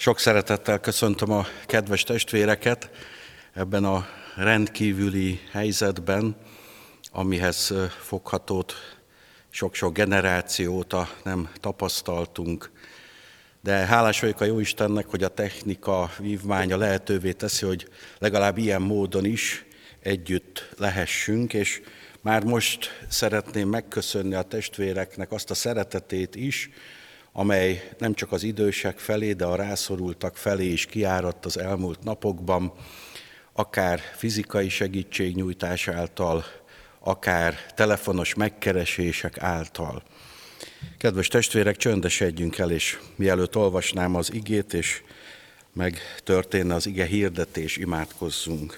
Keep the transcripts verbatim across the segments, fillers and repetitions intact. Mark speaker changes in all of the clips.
Speaker 1: Sok szeretettel köszöntöm a kedves testvéreket ebben a rendkívüli helyzetben, amihez foghatót sok-sok generáció óta nem tapasztaltunk. De hálás vagyok a Jóistennek, hogy a technika vívmánya lehetővé teszi, hogy legalább ilyen módon is együtt lehessünk, és már most szeretném megköszönni a testvéreknek azt a szeretetét is, amely nem csak az idősek felé, de a rászorultak felé is kiáradt az elmúlt napokban, akár fizikai segítségnyújtás által, akár telefonos megkeresések által. Kedves testvérek, csöndesedjünk el, és mielőtt olvasnám az igét, és megtörténne az ige hirdetés, imádkozzunk.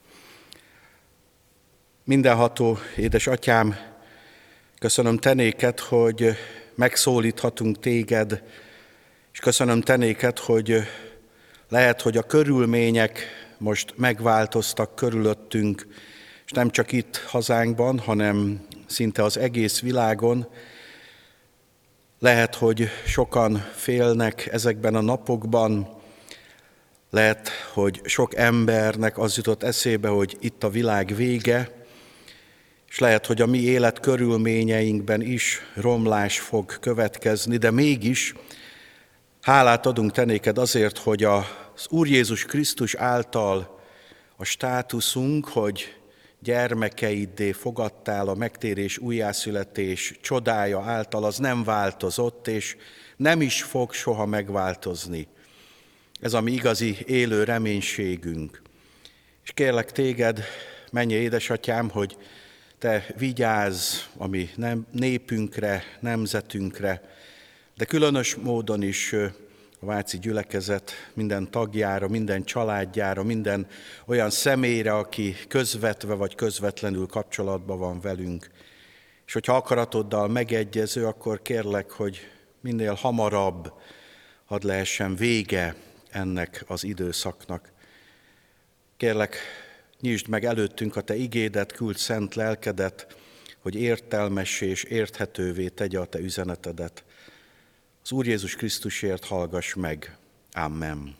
Speaker 1: Mindenható édesatyám, köszönöm te néked, hogy megszólíthatunk téged, és köszönöm te néked, hogy lehet, hogy a körülmények most megváltoztak körülöttünk, és nem csak itt hazánkban, hanem szinte az egész világon. Lehet, hogy sokan félnek ezekben a napokban, lehet, hogy sok embernek az jutott eszébe, hogy itt a világ vége, és lehet, hogy a mi élet körülményeinkben is romlás fog következni, de mégis hálát adunk te néked azért, hogy az Úr Jézus Krisztus által a státuszunk, hogy gyermekeiddé fogadtál a megtérés, újjászületés csodája által, az nem változott, és nem is fog soha megváltozni. Ez a mi igazi élő reménységünk. És kérlek téged, menj édesatyám, hogy te vigyázz a mi nem, népünkre, nemzetünkre, de különös módon is a váci gyülekezet minden tagjára, minden családjára, minden olyan személyre, aki közvetve vagy közvetlenül kapcsolatban van velünk. És hogyha akaratoddal megegyező, akkor kérlek, hogy minél hamarabb hadd lehessen vége ennek az időszaknak. Kérlek, nyisd meg előttünk a te igédet, küld szent lelkedet, hogy értelmessé és érthetővé tegye a te üzenetedet. Az Úr Jézus Krisztusért hallgass meg. Amen.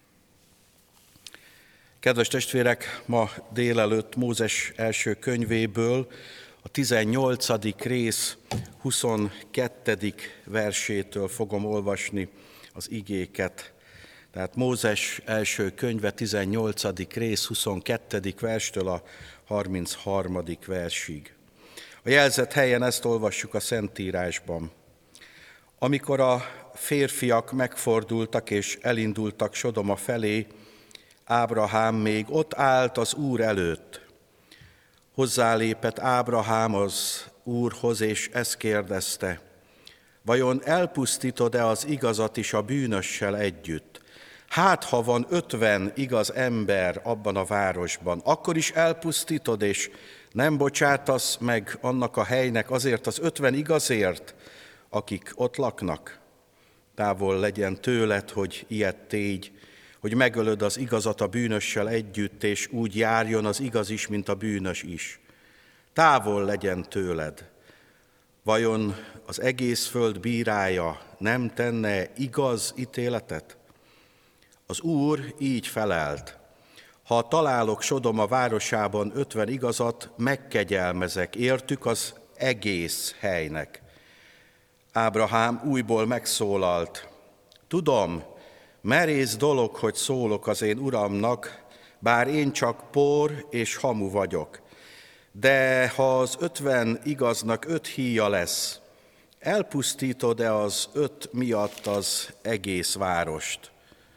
Speaker 1: Kedves testvérek, ma délelőtt Mózes első könyvéből a tizennyolcadik rész huszonkettedik versétől fogom olvasni az igéket. Tehát Mózes első könyve tizennyolcadik rész huszonkettedik verstől a harmincharmadik versig. A jelzett helyen ezt olvassuk a Szentírásban. Amikor a férfiak megfordultak és elindultak Sodoma felé, Ábrahám még ott állt az Úr előtt. Hozzálépett Ábrahám az Úrhoz, és ezt kérdezte: vajon elpusztítod-e az igazat is a bűnössel együtt? Hát, ha van ötven igaz ember abban a városban, akkor is elpusztítod, és nem bocsátasz meg annak a helynek azért az ötven igazért, akik ott laknak? Távol legyen tőled, hogy ilyet tégy, hogy megölöd az igazat a bűnössel együtt, és úgy járjon az igaz is, mint a bűnös is. Távol legyen tőled. Vajon az egész föld bírája nem tenne igaz ítéletet? Az Úr így felelt: ha találok Sodoma városában ötven igazat, megkegyelmezek értük az egész helynek. Ábrahám újból megszólalt: tudom, merész dolog, hogy szólok az én uramnak, bár én csak por és hamu vagyok. De ha az ötven igaznak öt híja lesz, elpusztítod-e az öt miatt az egész várost?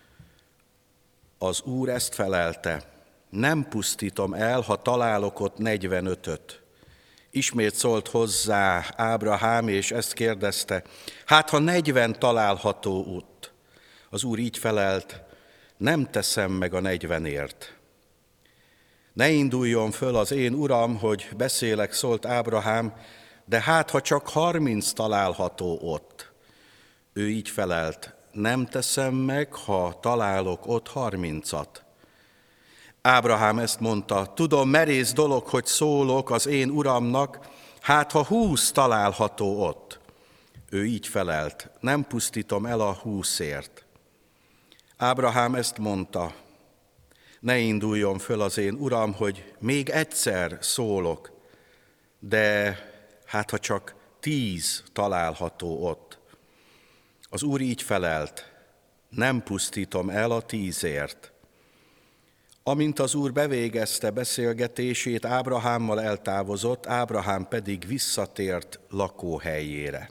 Speaker 1: Az Úr ezt felelte: nem pusztítom el, ha találok ott negyvenötöt. Ismét szólt hozzá Ábrahám, és ezt kérdezte: hát, ha negyven található ott? Az Úr így felelt: nem teszem meg a negyvenért. Ne induljon föl az én uram, hogy beszélek, szólt Ábrahám, de hát, ha csak harminc található ott? Ő így felelt: nem teszem meg, ha találok ott harmincat. Ábrahám ezt mondta: tudom, merész dolog, hogy szólok az én uramnak, hát ha húsz található ott. Ő így felelt: nem pusztítom el a húszért. Ábrahám ezt mondta: ne induljon föl az én uram, hogy még egyszer szólok, de hát ha csak tíz található ott. Az Úr így felelt: nem pusztítom el a tízért. Amint az Úr bevégezte beszélgetését, Ábrahámmal eltávozott, Ábrahám pedig visszatért lakóhelyére.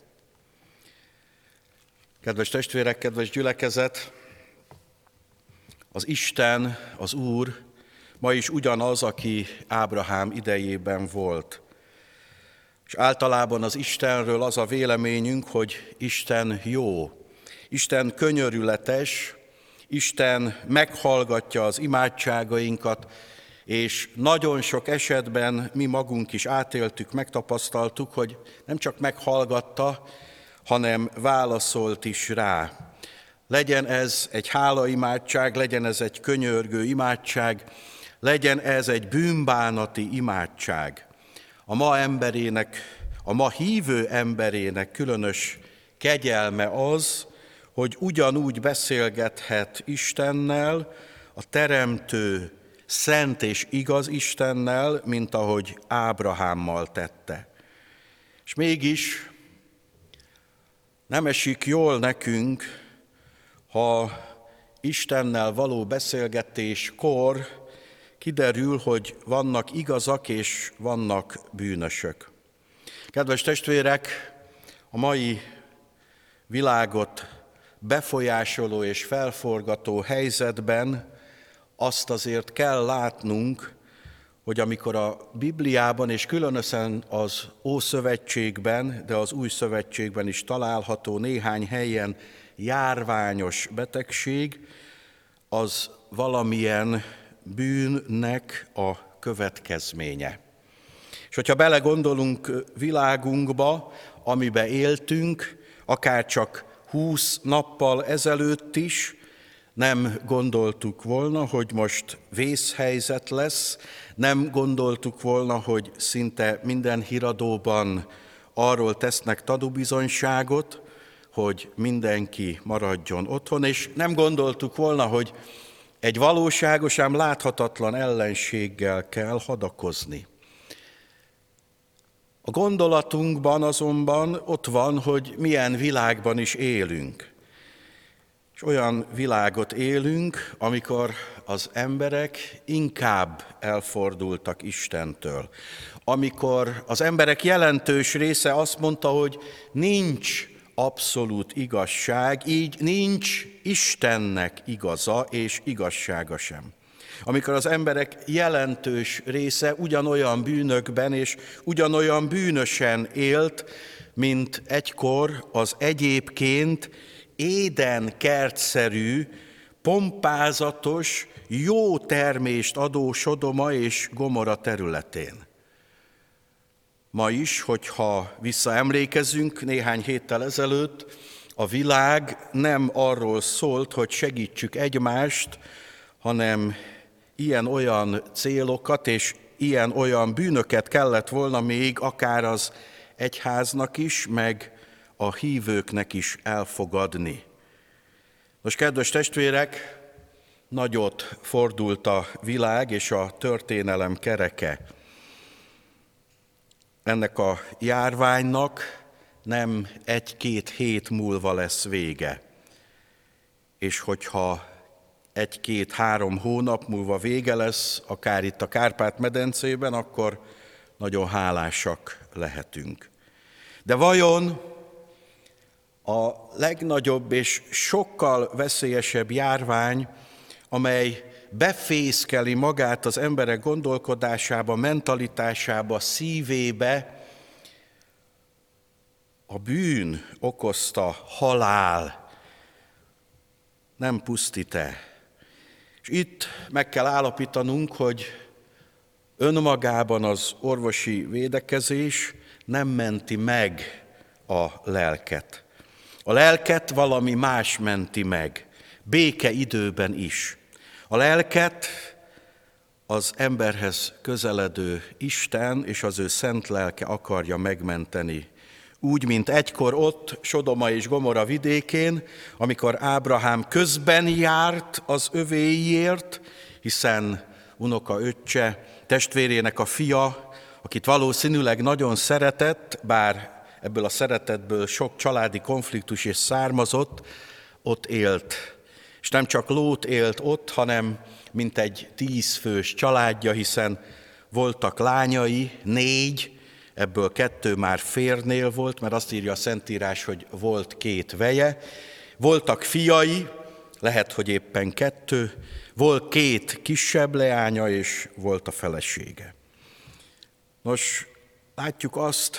Speaker 1: Kedves testvérek, kedves gyülekezet, az Isten, az Úr ma is ugyanaz, aki Ábrahám idejében volt. És általában az Istenről az a véleményünk, hogy Isten jó, Isten könyörületes, Isten meghallgatja az imádságainkat, és nagyon sok esetben mi magunk is átéltük, megtapasztaltuk, hogy nem csak meghallgatta, hanem válaszolt is rá. Legyen ez egy hálaimádság, legyen ez egy könyörgő imádság, legyen ez egy bűnbánati imádság. A ma emberének, a ma hívő emberének különös kegyelme az, hogy ugyanúgy beszélgethet Istennel, a teremtő, szent és igaz Istennel, mint ahogy Ábrahámmal tette. És mégis nem esik jól nekünk, ha Istennel való beszélgetéskor kiderül, hogy vannak igazak és vannak bűnösök. Kedves testvérek, a mai világot befolyásoló és felforgató helyzetben azt azért kell látnunk, hogy amikor a Bibliában és különösen az Ószövetségben, de az Új Szövetségben is található néhány helyen járványos betegség, az valamilyen bűnnek a következménye. És hogyha belegondolunk világunkba, amiben éltünk, akár csak húsz nappal ezelőtt is, nem gondoltuk volna, hogy most vészhelyzet lesz, nem gondoltuk volna, hogy szinte minden híradóban arról tesznek tanúbizonyságot, hogy mindenki maradjon otthon, és nem gondoltuk volna, hogy egy valóságos, ám láthatatlan ellenséggel kell hadakozni. A gondolatunkban azonban ott van, hogy milyen világban is élünk. És olyan világot élünk, amikor az emberek inkább elfordultak Istentől. Amikor az emberek jelentős része azt mondta, hogy nincs abszolút igazság, így nincs Istennek igaza és igazsága sem. Amikor az emberek jelentős része ugyanolyan bűnökben és ugyanolyan bűnösen élt, mint egykor az egyébként Éden kertszerű, pompázatos, jó termést adó Sodoma és Gomora területén. Ma is, hogyha visszaemlékezünk néhány héttel ezelőtt, a világ nem arról szólt, hogy segítsük egymást, hanem ilyen-olyan célokat és ilyen-olyan bűnöket kellett volna még akár az egyháznak is, meg a hívőknek is elfogadni. Most, kedves testvérek, nagyot fordult a világ és a történelem kereke. Ennek a járványnak nem egy-két hét múlva lesz vége. És hogyha egy-két-három hónap múlva vége lesz, akár itt a Kárpát-medencében, akkor nagyon hálásak lehetünk. De vajon a legnagyobb és sokkal veszélyesebb járvány, amely befészkeli magát az emberek gondolkodásába, mentalitásába, szívébe, a bűn okozta halál, nem pusztít-e? És itt meg kell állapítanunk, hogy önmagában az orvosi védekezés nem menti meg a lelket. A lelket valami más menti meg, béke időben is. A lelket az emberhez közeledő Isten és az ő szent lelke akarja megmenteni úgy, mint egykor ott, Sodoma és Gomora vidékén, amikor Ábrahám közben járt az övéiért, hiszen unoka öccse, testvérének a fia, akit valószínűleg nagyon szeretett, bár ebből a szeretetből sok családi konfliktus is származott, ott élt. És nem csak Lót élt ott, hanem mintegy tízfős családja, hiszen voltak lányai, négy, ebből kettő már férnél volt, mert azt írja a Szentírás, hogy volt két veje. Voltak fiai, lehet, hogy éppen kettő, volt két kisebb leánya, és volt a felesége. Nos, látjuk azt,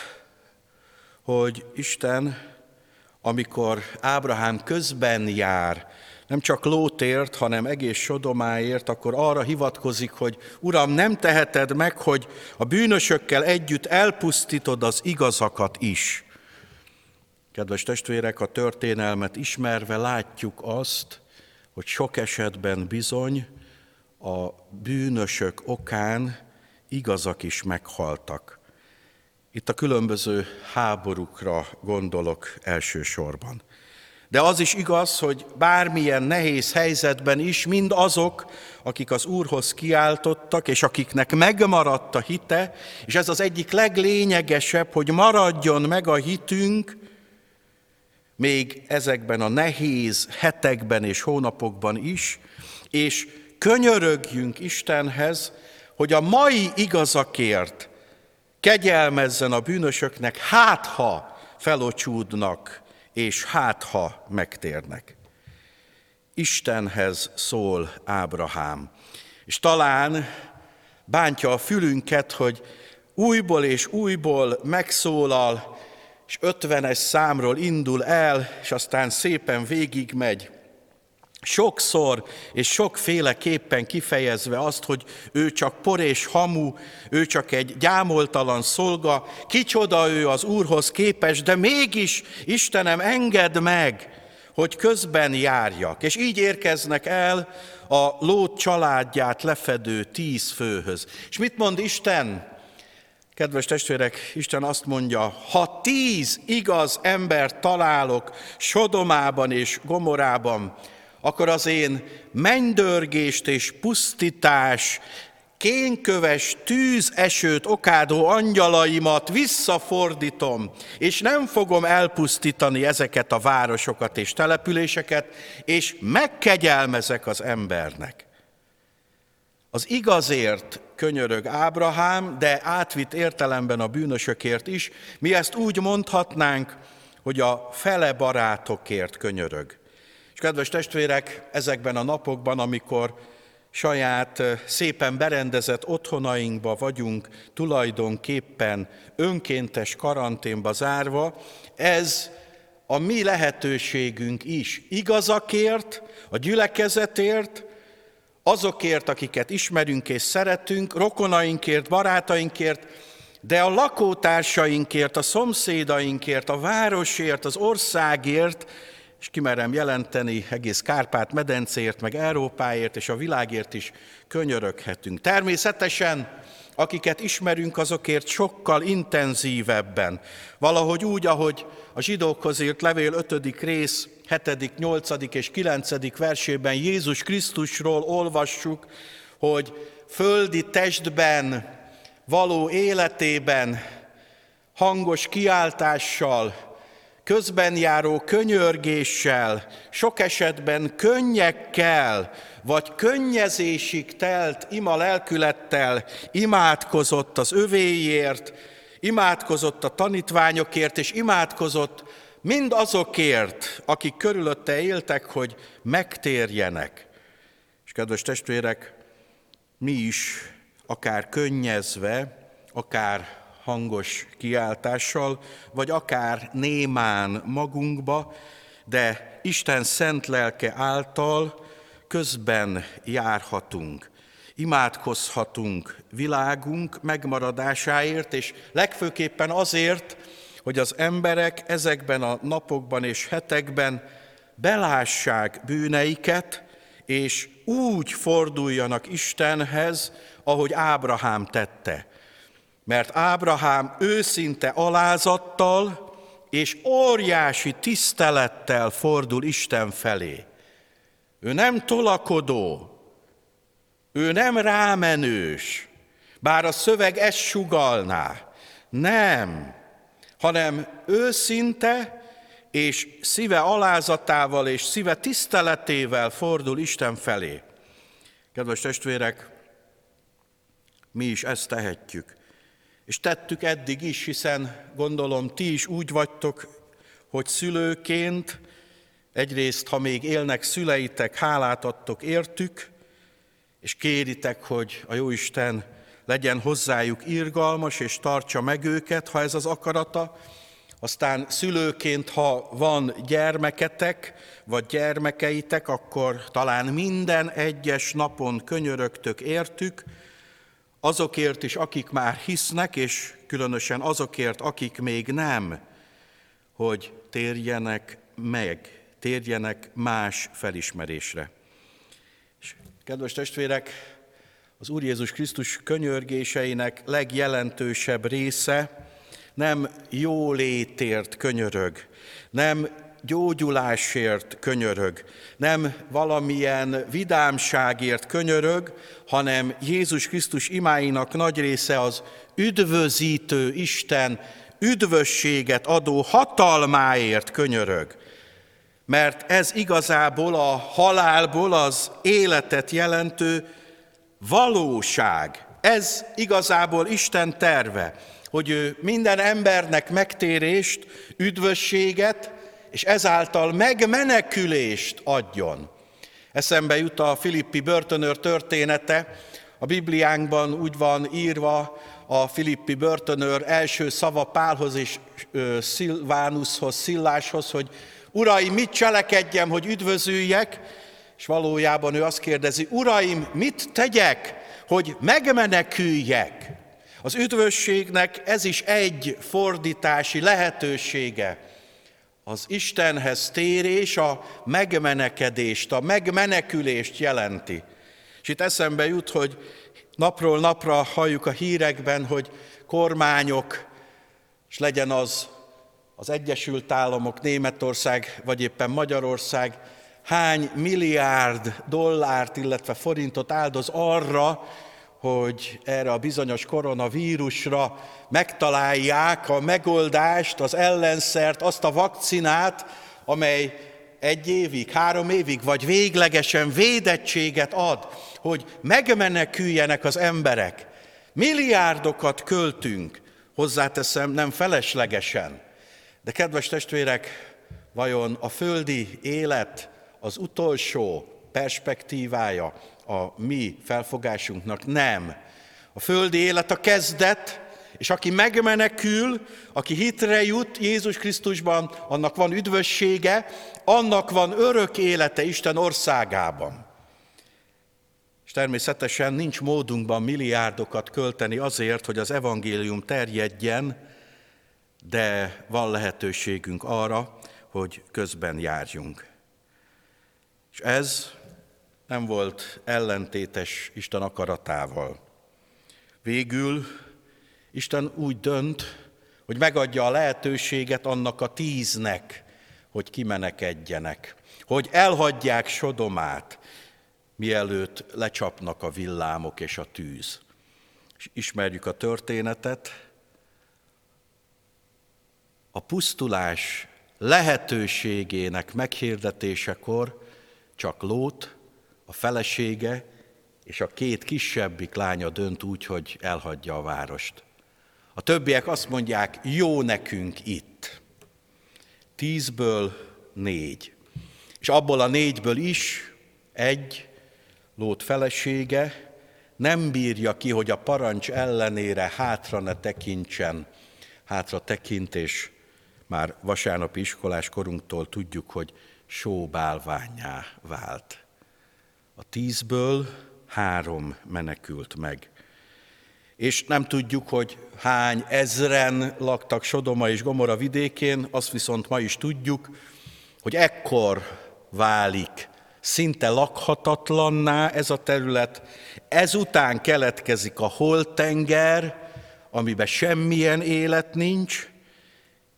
Speaker 1: hogy Isten, amikor Ábrahám közben jár, nem csak Lótért, hanem egész Sodomáért, akkor arra hivatkozik, hogy Uram, nem teheted meg, hogy a bűnösökkel együtt elpusztítod az igazakat is. Kedves testvérek, a történelmet ismerve látjuk azt, hogy sok esetben bizony a bűnösök okán igazak is meghaltak. Itt a különböző háborúkra gondolok elsősorban. De az is igaz, hogy bármilyen nehéz helyzetben is mind azok, akik az Úrhoz kiáltottak, és akiknek megmaradt a hite, és ez az egyik leglényegesebb, hogy maradjon meg a hitünk, még ezekben a nehéz hetekben és hónapokban is, és könyörögjünk Istenhez, hogy a mai igazakért kegyelmezzen a bűnösöknek, hát ha felocsúdnak, és hát ha megtérnek. Istenhez szól Ábrahám, és talán bántja a fülünket, hogy újból és újból megszólal, és ötvenes számról indul el, és aztán szépen végigmegy. Sokszor és sokféleképpen kifejezve azt, hogy ő csak por és hamu, ő csak egy gyámoltalan szolga, kicsoda ő az Úrhoz képes, de mégis Istenem, engedd meg, hogy közben járjak. És így érkeznek el a Lót családját lefedő tíz főhöz. És mit mond Isten? Kedves testvérek, Isten azt mondja, ha tíz igaz embert találok Sodomában és Gomorában, akkor az én mennydörgést és pusztítás, kénköves tűzesőt okádó angyalaimat visszafordítom, és nem fogom elpusztítani ezeket a városokat és településeket, és megkegyelmezek az embernek. Az igazért könyörög Ábrahám, de átvitt értelemben a bűnösökért is. Mi ezt úgy mondhatnánk, hogy a fele barátokért könyörög. És kedves testvérek, ezekben a napokban, amikor saját szépen berendezett otthonainkba vagyunk tulajdonképpen önkéntes karanténba zárva, ez a mi lehetőségünk is. Igazakért, a gyülekezetért, azokért, akiket ismerünk és szeretünk, rokonainkért, barátainkért, de a lakótársainkért, a szomszédainkért, a városért, az országért, és kimerem jelenteni, egész Kárpát-medencéért, meg Európáért és a világért is könyöröghetünk. Természetesen, akiket ismerünk, azokért sokkal intenzívebben. Valahogy úgy, ahogy a zsidókhoz írt levél ötödik rész, hetedik, nyolcadik és kilencedik versében Jézus Krisztusról olvassuk, hogy földi testben, való életében, hangos kiáltással, közben járó könyörgéssel, sok esetben könnyekkel, vagy könnyezésig telt ima lelkülettel imádkozott az övéiért, imádkozott a tanítványokért, és imádkozott mind azokért, akik körülötte éltek, hogy megtérjenek. És kedves testvérek, mi is, akár könnyezve, akár hangos kiáltással, vagy akár némán magunkba, de Isten szent lelke által közben járhatunk, imádkozhatunk világunk megmaradásáért, és legfőképpen azért, hogy az emberek ezekben a napokban és hetekben belássák bűneiket, és úgy forduljanak Istenhez, ahogy Ábrahám tette. Mert Ábrahám őszinte alázattal és óriási tisztelettel fordul Isten felé. Ő nem tolakodó, ő nem rámenős, bár a szöveg ezt sugallná. Nem, hanem őszinte és szíve alázatával és szíve tiszteletével fordul Isten felé. Kedves testvérek, mi is ezt tehetjük. És tettük eddig is, hiszen gondolom ti is úgy vagytok, hogy szülőként egyrészt, ha még élnek szüleitek, hálát adtok értük, és kéritek, hogy a Jóisten legyen hozzájuk irgalmas, és tartsa meg őket, ha ez az akarata. Aztán szülőként, ha van gyermeketek, vagy gyermekeitek, akkor talán minden egyes napon könyörögtök értük, azokért is, akik már hisznek, és különösen azokért, akik még nem, hogy térjenek meg, térjenek más felismerésre. És kedves testvérek, az Úr Jézus Krisztus könyörgéseinek legjelentősebb része nem jólétért könyörög, nem gyógyulásért könyörög, nem valamilyen vidámságért könyörög, hanem Jézus Krisztus imáinak nagy része az üdvözítő Isten üdvösséget adó hatalmáért könyörög. Mert ez igazából a halálból az életet jelentő valóság. Ez igazából Isten terve, hogy ő minden embernek megtérést, üdvösséget, és ezáltal megmenekülést adjon. Eszembe jut a filippi börtönőr története. A Bibliánkban úgy van írva a filippi börtönőr első szava Pálhoz és Szilvánuszhoz, Szilláshoz, hogy Uraim, mit cselekedjem, hogy üdvözüljek? És valójában ő azt kérdezi, Uraim, mit tegyek, hogy megmeneküljek? Az üdvösségnek ez is egy fordítási lehetősége. Az Istenhez térés a megmenekedést, a megmenekülést jelenti. És itt eszembe jut, hogy napról napra halljuk a hírekben, hogy kormányok, és legyen az az Egyesült Államok, Németország, vagy éppen Magyarország, hány milliárd dollárt, illetve forintot áldoz arra, hogy erre a bizonyos koronavírusra megtalálják a megoldást, az ellenszert, azt a vakcinát, amely egy évig, három évig, vagy véglegesen védettséget ad, hogy megmeneküljenek az emberek. Milliárdokat költünk, hozzáteszem, nem feleslegesen. De kedves testvérek, vajon a földi élet az utolsó perspektívája a mi felfogásunknak? Nem. A földi élet a kezdet, és aki megmenekül, aki hitre jut Jézus Krisztusban, annak van üdvössége, annak van örök élete Isten országában. És természetesen nincs módunkban milliárdokat költeni azért, hogy az evangélium terjedjen, de van lehetőségünk arra, hogy közben járjunk. És ez nem volt ellentétes Isten akaratával. Végül Isten úgy dönt, hogy megadja a lehetőséget annak a tíznek, hogy kimenekedjenek, hogy elhagyják Sodomát, mielőtt lecsapnak a villámok és a tűz. És ismerjük a történetet. A pusztulás lehetőségének meghirdetésekor csak Lót, a felesége és a két kisebbik lánya dönt úgy, hogy elhagyja a várost. A többiek azt mondják, jó nekünk itt. Tízből négy. És abból a négyből is egy, Lót felesége, nem bírja ki, hogy a parancs ellenére hátra ne tekintsen. Hátra tekint, és már vasárnapi iskolás korunktól tudjuk, hogy sóbálvánnyá vált. A tízből három menekült meg. És nem tudjuk, hogy hány ezren laktak Sodoma és Gomorra vidékén, azt viszont ma is tudjuk, hogy ekkor válik szinte lakhatatlanná ez a terület, ezután keletkezik a holttenger, amiben semmilyen élet nincs,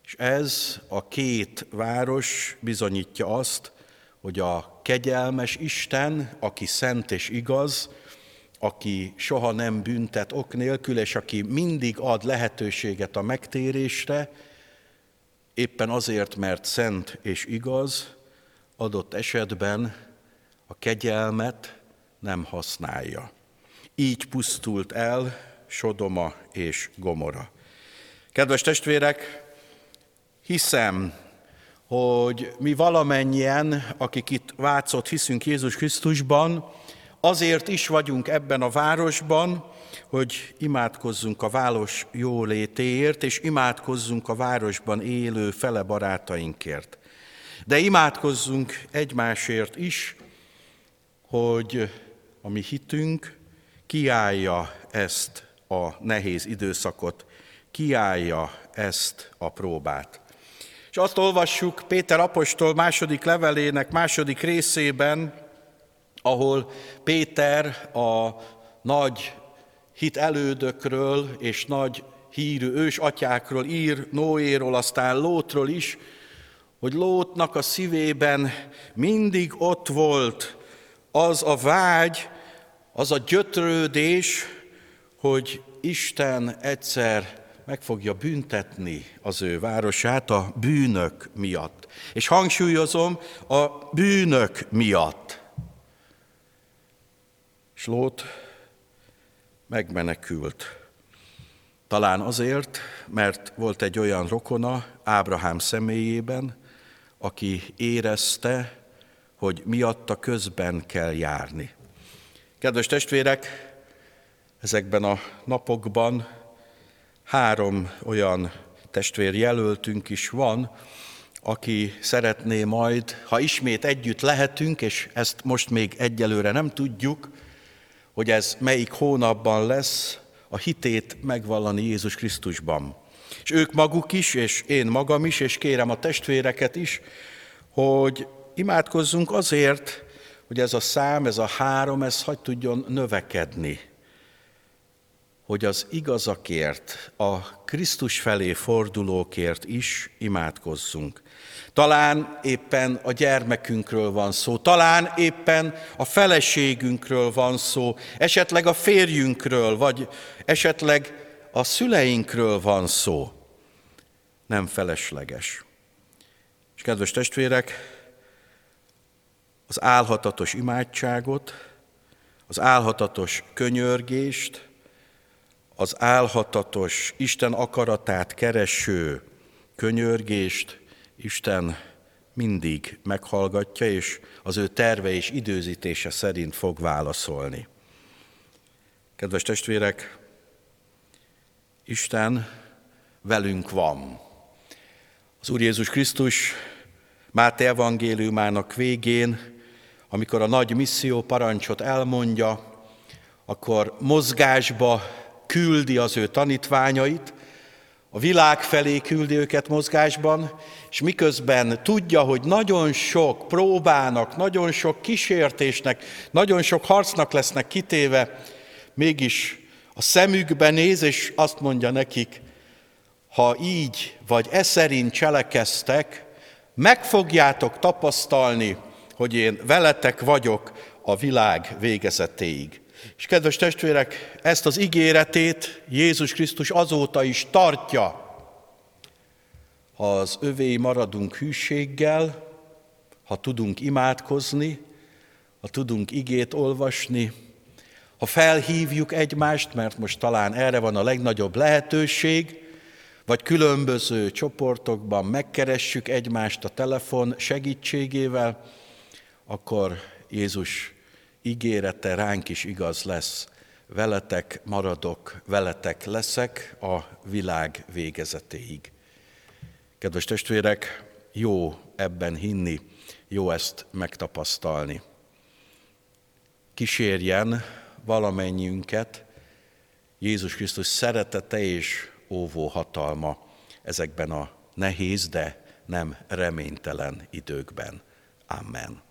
Speaker 1: És ez a két város bizonyítja azt, hogy a kegyelmes Isten, aki szent és igaz, aki soha nem büntet ok nélkül, és aki mindig ad lehetőséget a megtérésre, éppen azért, mert szent és igaz, adott esetben a kegyelmet nem használja. Így pusztult el Sodoma és Gomora. Kedves testvérek, hiszem, hogy mi valamennyien, akik itt Vácott hiszünk Jézus Krisztusban, azért is vagyunk ebben a városban, hogy imádkozzunk a város jólétéért, és imádkozzunk a városban élő fele barátainkért. De imádkozzunk egymásért is, hogy a mi hitünk kiállja ezt a nehéz időszakot, kiállja ezt a próbát. És azt olvassuk Péter apostol második levelének második részében, ahol Péter a nagy hit elődökről és nagy hírű ősatyákról ír, Noéról, aztán Lótról is, hogy Lótnak a szívében mindig ott volt az a vágy, az a gyötrődés, hogy Isten egyszer meg fogja büntetni az ő városát a bűnök miatt. És hangsúlyozom, a bűnök miatt. És Lót megmenekült. Talán azért, mert volt egy olyan rokona Ábrahám személyében, aki érezte, hogy miatta közben kell járni. Kedves testvérek, ezekben a napokban három olyan testvérjelöltünk is van, aki szeretné majd, ha ismét együtt lehetünk, és ezt most még egyelőre nem tudjuk, hogy ez melyik hónapban lesz, a hitét megvallani Jézus Krisztusban. És ők maguk is, és én magam is, és kérem a testvéreket is, hogy imádkozzunk azért, hogy ez a szám, ez a három, ez hagy tudjon növekedni. Hogy az igazakért, a Krisztus felé fordulókért is imádkozzunk. Talán éppen a gyermekünkről van szó, talán éppen a feleségünkről van szó, esetleg a férjünkről, vagy esetleg a szüleinkről van szó. Nem felesleges. És kedves testvérek, az álhatatos imádságot, az álhatatos könyörgést, az álhatatos Isten akaratát kereső könyörgést Isten mindig meghallgatja, és az ő terve és időzítése szerint fog válaszolni. Kedves testvérek, Isten velünk van. Az Úr Jézus Krisztus Máté evangéliumának végén, amikor a nagy misszió parancsot elmondja, akkor mozgásba küldi az ő tanítványait, a világ felé küldi őket mozgásban, és miközben tudja, hogy nagyon sok próbának, nagyon sok kísértésnek, nagyon sok harcnak lesznek kitéve, mégis a szemükbe néz, és azt mondja nekik, ha így vagy e szerint cselekeztek, meg fogjátok tapasztalni, hogy én veletek vagyok a világ végezetéig. És kedves testvérek, ezt az ígéretét Jézus Krisztus azóta is tartja. Ha az övéi maradunk hűséggel, ha tudunk imádkozni, ha tudunk igét olvasni, ha felhívjuk egymást, mert most talán erre van a legnagyobb lehetőség, vagy különböző csoportokban megkeressük egymást a telefon segítségével, akkor Jézus ígérete ránk is igaz lesz. Veletek maradok, veletek leszek a világ végezetéig. Kedves testvérek, jó ebben hinni, jó ezt megtapasztalni. Kísérjen valamennyiünket Jézus Krisztus szeretete és óvó hatalma ezekben a nehéz, de nem reménytelen időkben. Amen.